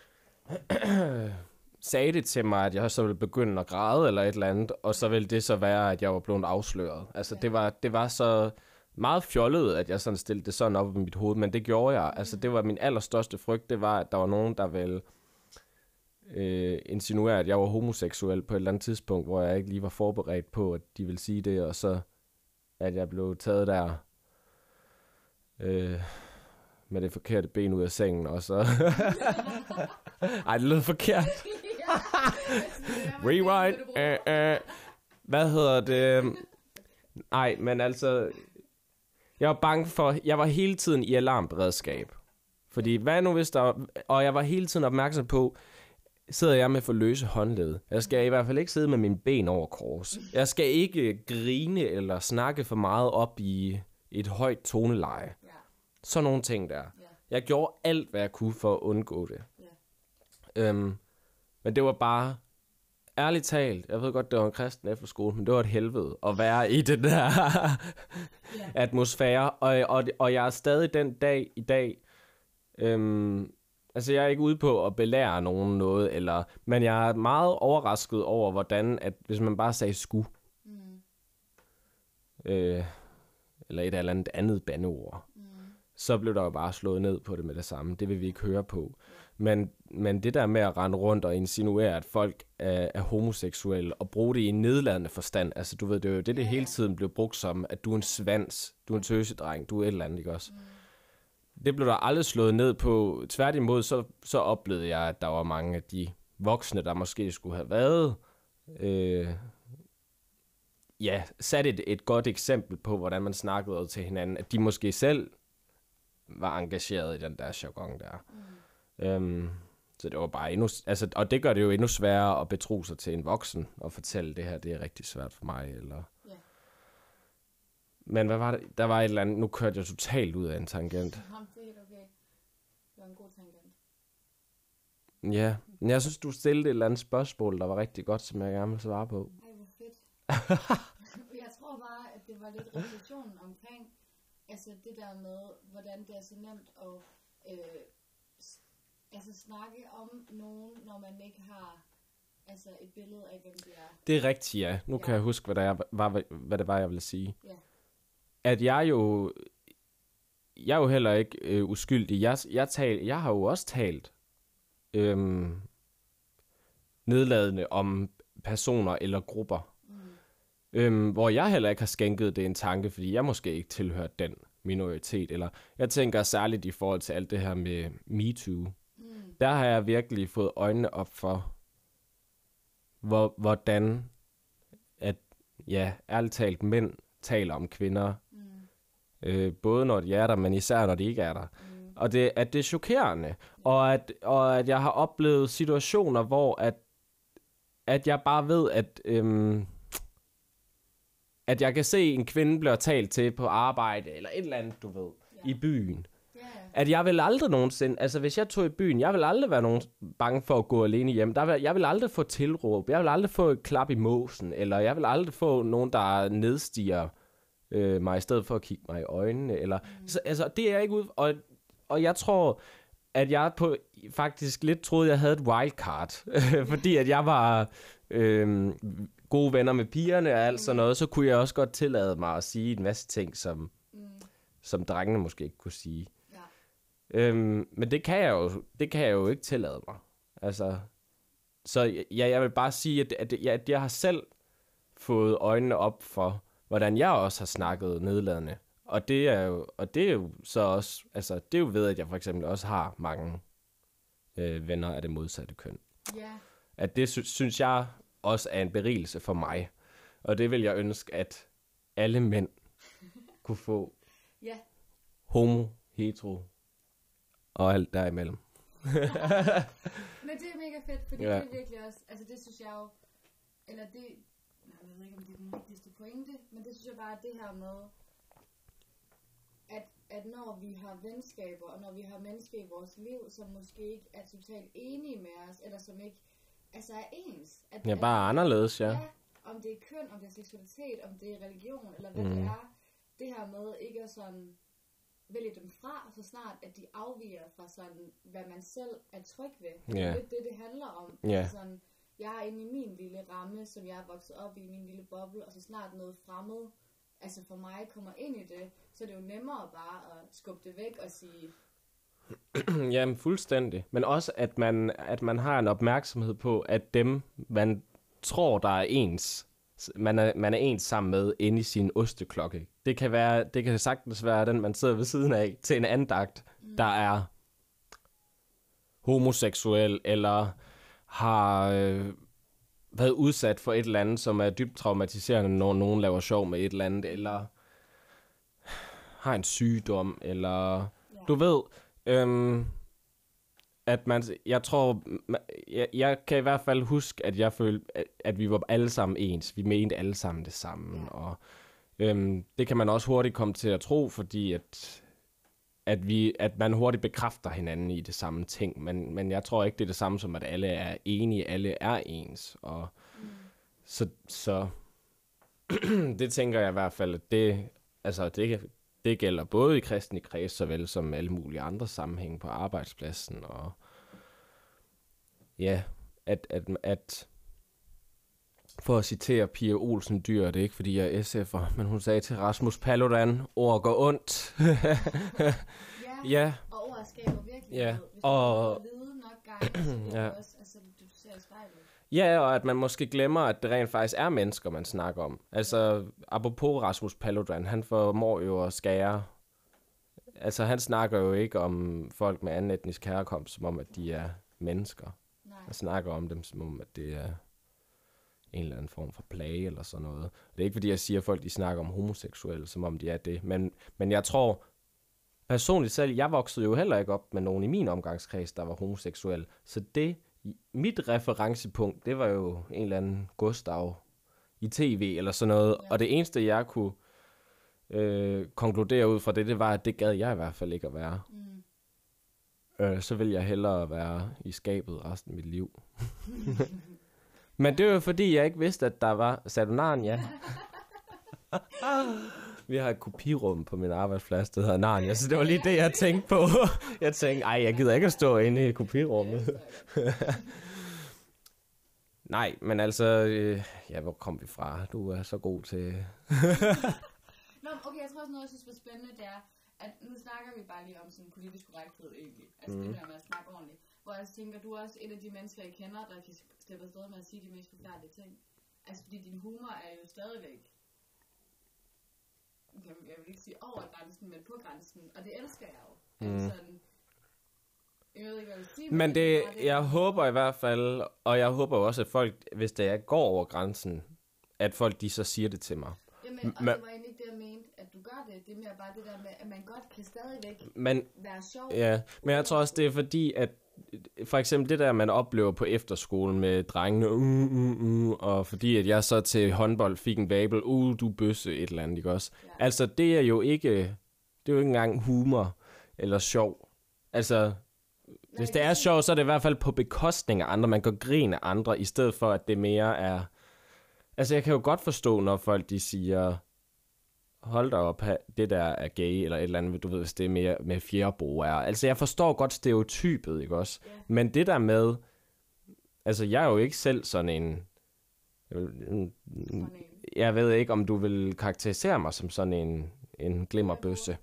sagde det til mig, at jeg så ville begynde at græde eller et eller andet, og så ville det så være, at jeg var blevet afsløret. Altså, det var så... meget fjollet, at jeg sådan stillede det sådan op i mit hoved, men det gjorde jeg. Altså, det var min allerstørste frygt, det var, at der var nogen, der ville insinuere, at jeg var homoseksuel på et eller andet tidspunkt, hvor jeg ikke lige var forberedt på, at de ville sige det, og så at jeg blev taget der med det forkerte ben ud af sengen, og så... Ej, det lød forkert. Rewind. Hvad hedder det? Ej, men altså... Jeg var hele tiden i alarmberedskab. Fordi hvad nu hvis der... Og jeg var hele tiden opmærksom på, sidder jeg med for løse håndled. Jeg skal i hvert fald ikke sidde med mine ben over kors. Jeg skal ikke grine eller snakke for meget op i et højt toneleje. Sådan nogle ting der. Jeg gjorde alt, hvad jeg kunne for at undgå det. Men det var bare... ærligt talt, jeg ved godt, det var en kristen efterskole, men det var et helvede at være i den der atmosfære. Og jeg er stadig den dag i dag, altså jeg er ikke ude på at belære nogen noget, men jeg er meget overrasket over, hvordan, at hvis man bare sagde sku, eller et eller andet bandeord, så blev der jo bare slået ned på det med det samme. Det vil vi ikke høre på. Men det der med at rende rundt og insinuere, at folk er homoseksuelle, og bruge det i en nedladende forstand, altså du ved, det er jo det hele tiden blev brugt som, at du er en svans, du er en tøsedreng, du er et eller andet, ikke også? Det blev der aldrig slået ned på. Tværtimod, så oplevede jeg, at der var mange af de voksne, der måske skulle have været, sat et godt eksempel på, hvordan man snakkede til hinanden, at de måske selv var engageret i den der jargon der. Så det var bare endnu, altså, og det gør det jo endnu sværere at betro sig til en voksen og fortælle, det her, det er rigtig svært for mig, eller... Yeah. Men hvad var det? Der var et eller andet, nu kørte jeg totalt ud af en tangent. Det er okay. Det var en god tangent. Ja, men jeg synes, du stillede et eller andet spørgsmål, der var rigtig godt, som jeg gerne vil svare på. Ej, hvor fedt. Jeg tror bare, at det var lidt refleksionen omkring, altså det der med, hvordan det er så nemt at snakke om nogen, når man ikke har altså et billede af, hvem de er. Det er rigtigt, ja. Nu kan jeg huske, hvad det var, jeg ville sige. Ja. At jeg er jo heller ikke uskyldig. Jeg har jo også talt nedladende om personer eller grupper. Hvor jeg heller ikke har skænket det en tanke, fordi jeg måske ikke tilhører den minoritet. Eller jeg tænker særligt i forhold til alt det her med MeToo. Der har jeg virkelig fået øjnene op for, hvordan at, ærligt talt, mænd taler om kvinder. Både når de er der, men især når de ikke er der. Og det er chokerende. Og at jeg har oplevet situationer, hvor at jeg bare ved, at jeg kan se en kvinde bliver talt til på arbejde, eller et eller andet, du ved, i byen. At jeg vil aldrig nogensinde, altså hvis jeg tog i byen, jeg vil aldrig være nogen bange for at gå alene hjem. Jeg vil aldrig få tilråb, jeg vil aldrig få et klap i måsen, eller jeg vil aldrig få nogen, der nedstiger mig, i stedet for at kigge mig i øjnene. Eller, altså det er jeg ikke ude, og jeg tror, at jeg faktisk lidt troede, jeg havde et wildcard, fordi at jeg var gode venner med pigerne og alt sådan noget, så kunne jeg også godt tillade mig at sige en masse ting, som drengene måske ikke kunne sige. Men det kan jeg jo ikke tillade mig. Altså, så jeg vil bare sige, at jeg har selv fået øjnene op for, hvordan jeg også har snakket nedladende. Og det er jo så også, altså det er jo ved, at jeg for eksempel også har mange venner af det modsatte køn. Yeah. At det synes jeg også er en berigelse for mig. Og det vil jeg ønske, at alle mænd kunne få. Yeah. Homo, hetero og alt derimellem. Men det er mega fedt, fordi det er virkelig også, altså det synes jeg jo, eller det, jeg ved ikke om det er den vigtigste pointe, men det synes jeg bare, at det her med, at når vi har venskaber, og når vi har mennesker i vores liv, som måske ikke er totalt enige med os, eller som ikke altså er ens. Bare anderledes, ja. Om det er køn, om det er seksualitet, om det er religion, eller hvad det er. Det her med ikke at sådan vælge dem fra, så snart at de afviger fra sådan, hvad man selv er tryg ved. Det er lidt det handler om. Sådan, jeg er inde i min lille ramme, som jeg er vokset op i, min lille boble, og så snart noget fremmed, altså for mig kommer ind i det, så er det jo nemmere bare at skubbe det væk og sige... Jamen, fuldstændig. Men også, at man har en opmærksomhed på, at dem, man tror, der er ens, man er ens sammen med inde i sin osteklokke. Det kan sagtens være den, man sidder ved siden af til en andagt, der er homoseksuel, eller har været udsat for et eller andet, som er dybt traumatiserende, når nogen laver sjov med et eller andet, eller har en sygdom, eller du ved, at jeg tror, jeg kan i hvert fald huske, at jeg følte, at vi var alle sammen ens. Vi mente alle sammen det samme, og det kan man også hurtigt komme til at tro, fordi at man hurtigt bekræfter hinanden i det samme ting, men jeg tror ikke, det er det samme som, at alle er enige, alle er ens, og Så det tænker jeg i hvert fald, at det gælder både i kristne kreds, såvel som alle mulige andre sammenhænge på arbejdspladsen. Og ja, at for at citere Pia Olsen Dyhr, det er ikke fordi jeg er SF'er, men hun sagde til Rasmus Paludan, ord går ondt. Ja, og ord skaber virkelig ja. Hvis du vide nok gange, så ja. Også, altså, du ser i spejlet. Ja, og at man måske glemmer, at det rent faktisk er mennesker, man snakker om. Altså, apropos Rasmus Paludan, han formår jo at skære. Altså, han snakker jo ikke om folk med anden etnisk herkomst, som om, at de er mennesker. Nej. Han snakker om dem, som om, at det er en eller anden form for plage eller sådan noget. Det er ikke, fordi jeg siger, at folk de snakker om homoseksuelle, som om de er det. Men jeg tror, personligt selv, jeg voksede jo heller ikke op med nogen i min omgangskreds, der var homoseksuel. Så mit referencepunkt, det var jo en eller anden Gustav i tv eller sådan noget. Ja. Og det eneste, jeg kunne konkludere ud fra det var, at det gad jeg i hvert fald ikke at være. Så vil jeg hellere være i skabet resten af mit liv. Men det var fordi, jeg ikke vidste, at der var Narnia. Vi har et kopirum på min arbejdsplads, der hedder Narnia, så det var lige det, jeg tænkte på. Jeg tænkte, jeg gider ikke at stå inde i kopirummet. Nej, men altså, hvor kom vi fra? Du er så god til... Nå, okay, jeg tror også noget, jeg synes var spændende, det er, at nu snakker vi bare lige om sådan politisk korrekthed egentlig. Altså det der med at snakke ordentligt. Hvor jeg tænker, du er også et af de mennesker, jeg kender, der kan slippe afsted med at sige de mest forfærdelige ting. Altså fordi din humor er jo stadigvæk, jeg vil ikke sige over grænsen, men på grænsen. Og det elsker jeg jo. Sådan, jeg ved ikke, hvad jeg vil sige. Men jeg håber i hvert fald, og jeg håber også, at folk, hvis det går over grænsen, at folk de så siger det til mig. Jamen, og det var egentlig ikke det, jeg mente, at du gør det. Det er mere bare det der med, at man godt kan stadigvæk være sjov. Ja, men jeg tror også, det er fordi, at for eksempel det der, man oplever på efterskolen med drengene, og fordi at jeg så til håndbold fik en vabel, du bøsse, et eller andet, ikke også? Ja. Altså, det er jo ikke engang humor eller sjov. Altså, hvis det er sjov, så er det i hvert fald på bekostning af andre. Man kan grine af andre, i stedet for, at det mere er... Altså, jeg kan jo godt forstå, når folk de siger, hold da op, det der er gay, eller et eller andet, du ved, hvis det er mere med fjerbo er. Altså, jeg forstår godt stereotypet, ikke også? Yeah. Men det der med, altså, jeg er jo ikke selv sådan en jeg ved ikke, om du vil karakterisere mig som sådan en glimmerbøsse.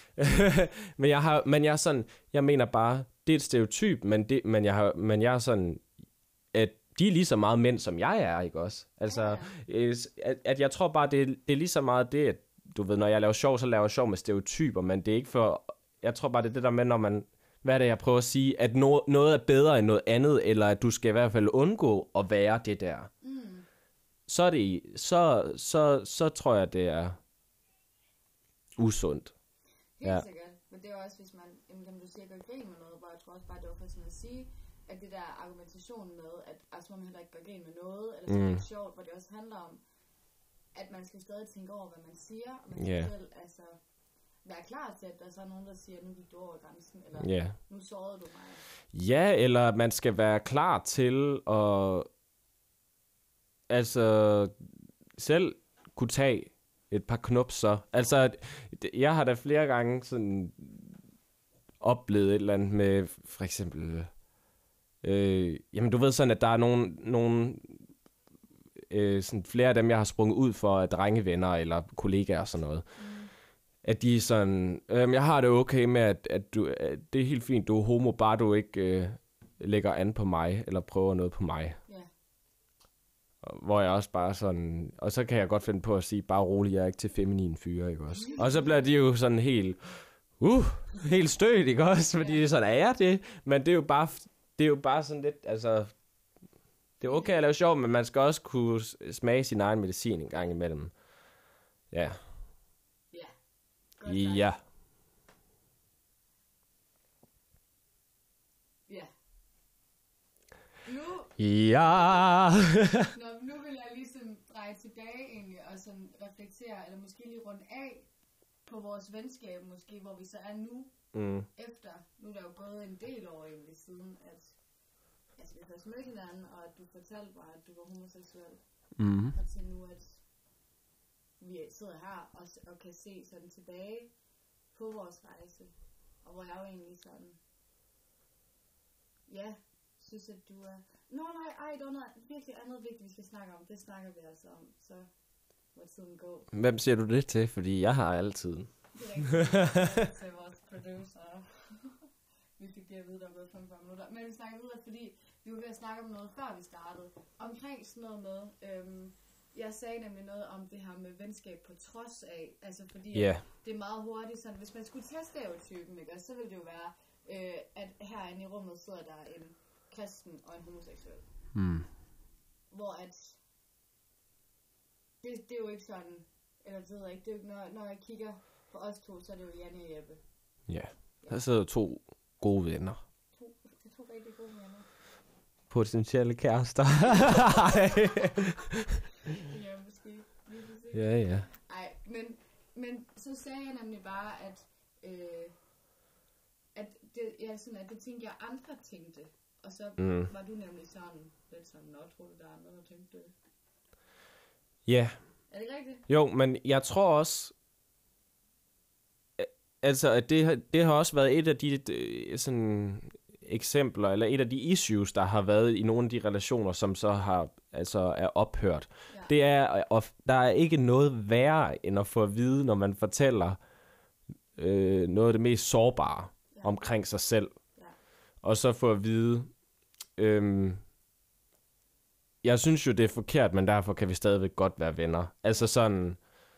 men jeg mener bare, det er et stereotyp, men jeg er sådan, at de er lige så meget mænd, som jeg er, ikke også? Altså, at jeg tror bare, det er lige så meget det, at du ved, når jeg laver sjov, så laver jeg sjov med stereotyper, men det er ikke for... Jeg tror bare, det er det der med, når man... Hvad er det, jeg prøver at sige? At noget er bedre end noget andet, eller at du skal i hvert fald undgå at være det der. Så er det... Så tror jeg, det er usundt. Helt sikkert. Men det er også, hvis man... Jamen, du siger, gør grin med noget, hvor jeg tror også bare, det var for sådan at sige, at det der argumentation med, at altså, man heller ikke gør grin med noget, eller så er det sjovt, hvor det også handler om, at man skal stadig tænke over, hvad man siger, og man skal selv altså være klar til, at der så er nogen, der siger, nu gik du over grænsen, eller nu sårede du mig. Ja, eller man skal være klar til at altså selv kunne tage et par knupser. Altså, jeg har da flere gange sådan oplevet et eller andet med, for eksempel, jamen du ved sådan, at der er nogle sådan flere af dem, jeg har sprunget ud for, af drengevenner eller kollegaer og sådan noget. At de er sådan, jeg har det okay med, at det er helt fint, du er homo, bare du ikke lægger an på mig, eller prøver noget på mig. Yeah. Hvor jeg også bare sådan, og så kan jeg godt finde på at sige, bare rolig, jeg er ikke til feminine fyre, ikke også? Og så bliver de jo sådan helt stødt, ikke også? Fordi det er sådan, er jeg det? Men det er jo bare sådan lidt, altså... Det er okay at lave sjov, men man skal også kunne smage sin egen medicin en gang imellem. Ja. Ja. Nu vil jeg ligesom dreje tilbage egentlig, og sådan reflektere, eller måske lige rundt af på vores venskab, måske, hvor vi så er nu, efter. Nu er der jo gået en del år egentlig siden, at vi havde mødt hinanden, og at du fortalte mig, at du var homoseksuel. Og til nu, at vi sidder her og kan se sådan tilbage på vores rejse. Og hvor jeg jo egentlig sådan, synes at du er... der er noget virkelig andet vigtigt, vi skal snakke om. Det snakker vi altså om, så må tiden gå. Hvem siger du det til? Fordi jeg har altid. Det er rigtigt til vores producer. Vi fik det at vide, der var gået 45 minutter. Men vi snakker videre, fordi vi var ved at snakke om noget, før vi startede. Omkring sådan noget med... jeg sagde nemlig noget om det her med venskab på trods af. Altså fordi det er meget hurtigt sådan, hvis man skulle tage stereotypen, ikke? Så ville det jo være, at herinde i rummet sidder der en kristen og en homoseksuel. Hvor at det er jo ikke sådan, eller det ved jeg ikke, det er jo ikke, når jeg kigger på os to, så er det jo Janne og Jeppe. Ja, der sidder 2 gode venner. Det er 2 rigtig gode venner. Potentielle kærester. Ja, måske. Ja. Ej, men så sagde jeg nemlig bare, at det tænkte jeg andre tænkte. Og så var du nemlig sådan, lidt sådan, tror du, der er andre, der tænkte det? Ja. Er det rigtigt? Jo, men jeg tror også, altså, at det har også været et af de sådan eksempler, eller et af de issues, der har været i nogle af de relationer, som så har, altså, er ophørt. Ja. Det er, og der er ikke noget værre, end at få at vide, når man fortæller noget af det mest sårbare omkring sig selv. Ja. Og så få at vide, jeg synes jo, det er forkert, men derfor kan vi stadigvæk godt være venner. Altså sådan,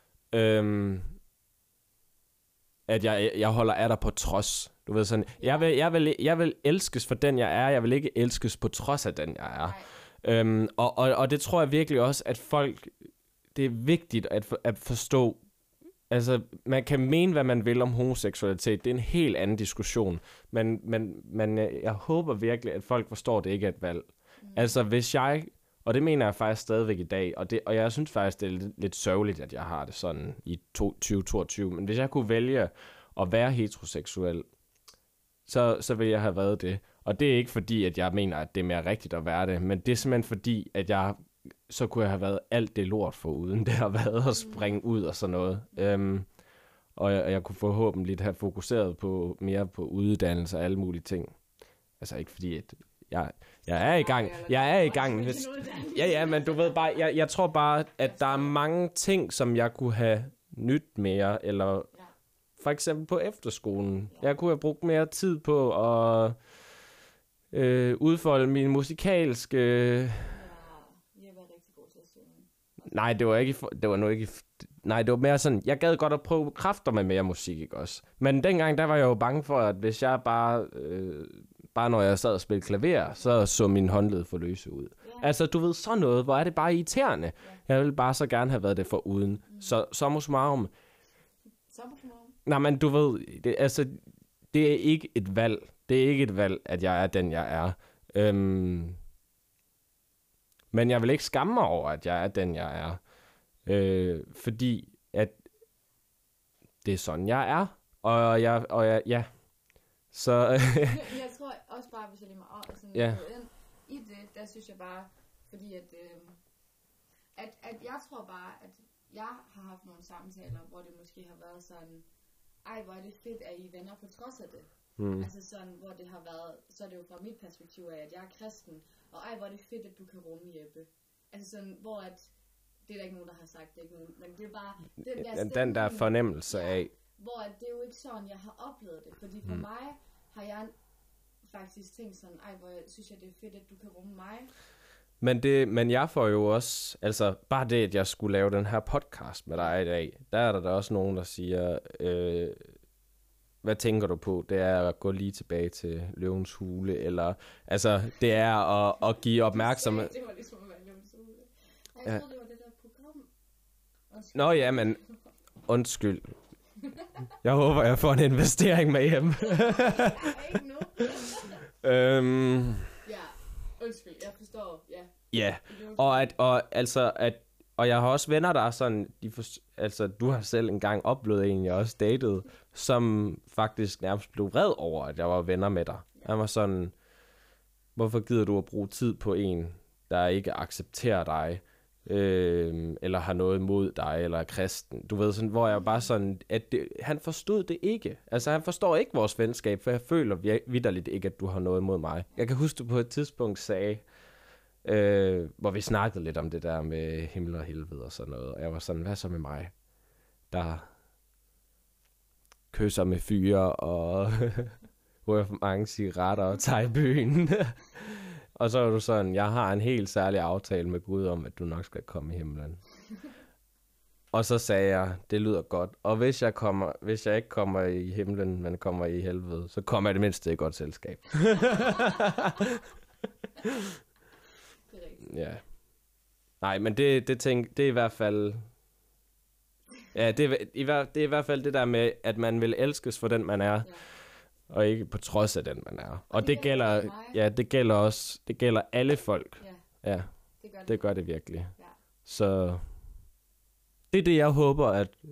at jeg holder af dig på trods. Du ved sådan, jeg vil elskes for den, jeg er. Jeg vil ikke elskes på trods af den, jeg er. Og det tror jeg virkelig også, at folk, det er vigtigt at forstå. Altså, man kan mene, hvad man vil om homoseksualitet. Det er en helt anden diskussion. Men jeg håber virkelig, at folk forstår, at det ikke er et valg. Altså, hvis jeg... Og det mener jeg faktisk stadigvæk i dag. Og jeg synes faktisk, det er lidt sørgeligt, at jeg har det sådan i 2022. Men hvis jeg kunne vælge at være heteroseksuel, så ville jeg have været det. Og det er ikke fordi, at jeg mener, at det er mere rigtigt at være det. Men det er simpelthen fordi, at så kunne jeg have været alt det lort foruden. Det har været at springe ud og sådan noget. Og jeg kunne forhåbentlig have fokuseret mere på uddannelse og alle mulige ting. Altså ikke fordi, at... Jeg er i gang. Ja, men du ved bare, jeg tror bare, at der er mange ting, som jeg kunne have nyt mere, eller for eksempel på efterskolen. Jeg kunne have brugt mere tid på at udfolde min musikalske... Jeg var rigtig god til at synge. Nej, det var mere sådan, jeg gad godt at prøve kræfter med mere musik, ikke også? Men dengang, der var jeg jo bange for, at hvis jeg bare når jeg sad og spillede klaver, så min håndled for løse ud. Yeah. Altså, du ved, sådan noget, hvor er det bare irriterende. Yeah. Jeg ville bare så gerne have været det for uden. Så summa summarum. Nej, men du ved, det er ikke et valg. Det er ikke et valg, at jeg er den, jeg er. Men jeg vil ikke skamme mig over, at jeg er den, jeg er. Fordi, at det er sådan, jeg er. Og jeg så... Jeg tror også bare, hvis jeg lige må sådan ind i det, der synes jeg bare, fordi at jeg tror bare, at jeg har haft nogle samtaler, hvor det måske har været sådan, ej, hvor er det fedt, at I er venner på trods af det. Altså sådan, hvor det har været, så er det jo fra mit perspektiv af, at jeg er kristen, og ej, hvor er det fedt, at du kan rumme Jeppe. Altså sådan, hvor at, det er der ikke nogen, der har sagt, det er ikke nogen, men det er bare, den der fornemmelse af, hvor det er jo ikke sådan, jeg har oplevet det. Fordi for mig har jeg faktisk tænkt sådan, ej, hvor synes jeg, det er fedt, at du kan rumme mig. Men jeg får jo også, altså bare det, at jeg skulle lave den her podcast med dig i dag, der er der også nogen, der siger, hvad tænker du på? Det er at gå lige tilbage til Løvens Hule, eller, altså, det er at give opmærksomhed. Det var ligesom at være Løvens Hule. Jeg troede, det var det der program. Nå ja, men undskyld. Jeg håber, jeg får en investering med hjem. Ikke nu. Ja, undskyld, jeg forstår, ja. Og jeg har også venner, der er sådan, altså du har selv engang oplevet en, jeg også datede, som faktisk nærmest blev vred over, at jeg var venner med dig. Han var sådan, hvorfor gider du at bruge tid på en, der ikke accepterer dig? eller har noget imod dig, eller er kristen. Du ved, sådan, hvor jeg bare sådan, at han forstod det ikke. Altså, han forstår ikke vores venskab, for jeg føler vitterligt ikke, at du har noget imod mig. Jeg kan huske, du på et tidspunkt sagde, hvor vi snakkede lidt om det der med himmel og helvede og sådan noget, og jeg var sådan, hvad så med mig? Der kysser med fyre, og ryger for mange cigaretter og tager i byen. Og så er du sådan, jeg har en helt særlig aftale med Gud om, at du nok skal komme i himlen. Og så sagde jeg, det lyder godt. Og hvis jeg ikke kommer i himlen, men kommer i helvede, så kommer jeg det mindste i godt selskab. Ja. Nej, men det er i hvert fald... Ja, det er i hvert fald det der med, at man vil elskes for den, man er. Ja. Og ikke på trods af den, man er. Og det gælder også, det gælder alle folk. Ja, det gør det virkelig. Ja. Så det er det, jeg håber,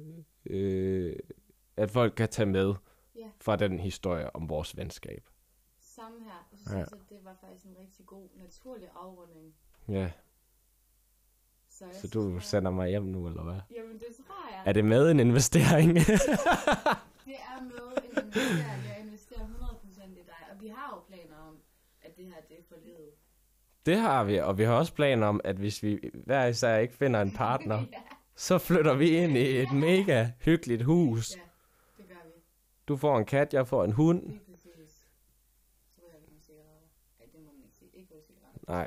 at folk kan tage med fra den historie om vores venskab. Samme her. Jeg synes, at det var faktisk en rigtig god, naturlig afrunding. Ja. Så du sender mig hjem nu, eller hvad? Jamen, det tror jeg. Er det med en investering? Det er med en investering. Jeg investerer 100% i dig. Og vi har jo planer om, at det her, det er for livet. Det har vi, og vi har også planer om, at hvis vi hver især ikke finder en partner, så flytter vi ind i et mega hyggeligt hus. Ja, det gør vi. Du får en kat, jeg får en hund. Lige præcis. Så ryger vi nogle cigaretter. Ej, det må man ikke sige. Ikke ryge cigaretter. Nej.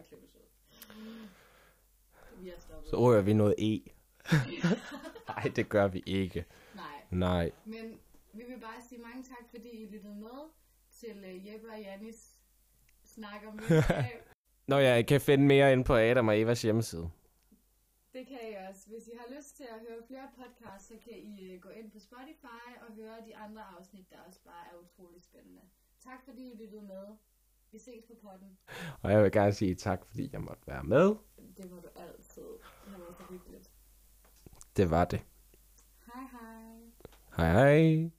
Så ryger vi noget Nej, det gør vi ikke. Nej. Men vi vil bare sige mange tak, fordi I lyttede med til Jeppe og Jannis snak om venskab. Nå ja, I kan finde mere ind på Adam og Evas hjemmeside. Det kan I også. Hvis I har lyst til at høre flere podcasts, så kan I gå ind på Spotify og høre de andre afsnit, der også bare er utrolig spændende. Tak fordi I lyttede med. Vi ses på podden. Og jeg vil gerne sige tak, fordi jeg måtte være med. Det må du altid. Det var så hyggeligt. Det var det. Hej hej. Hej hej.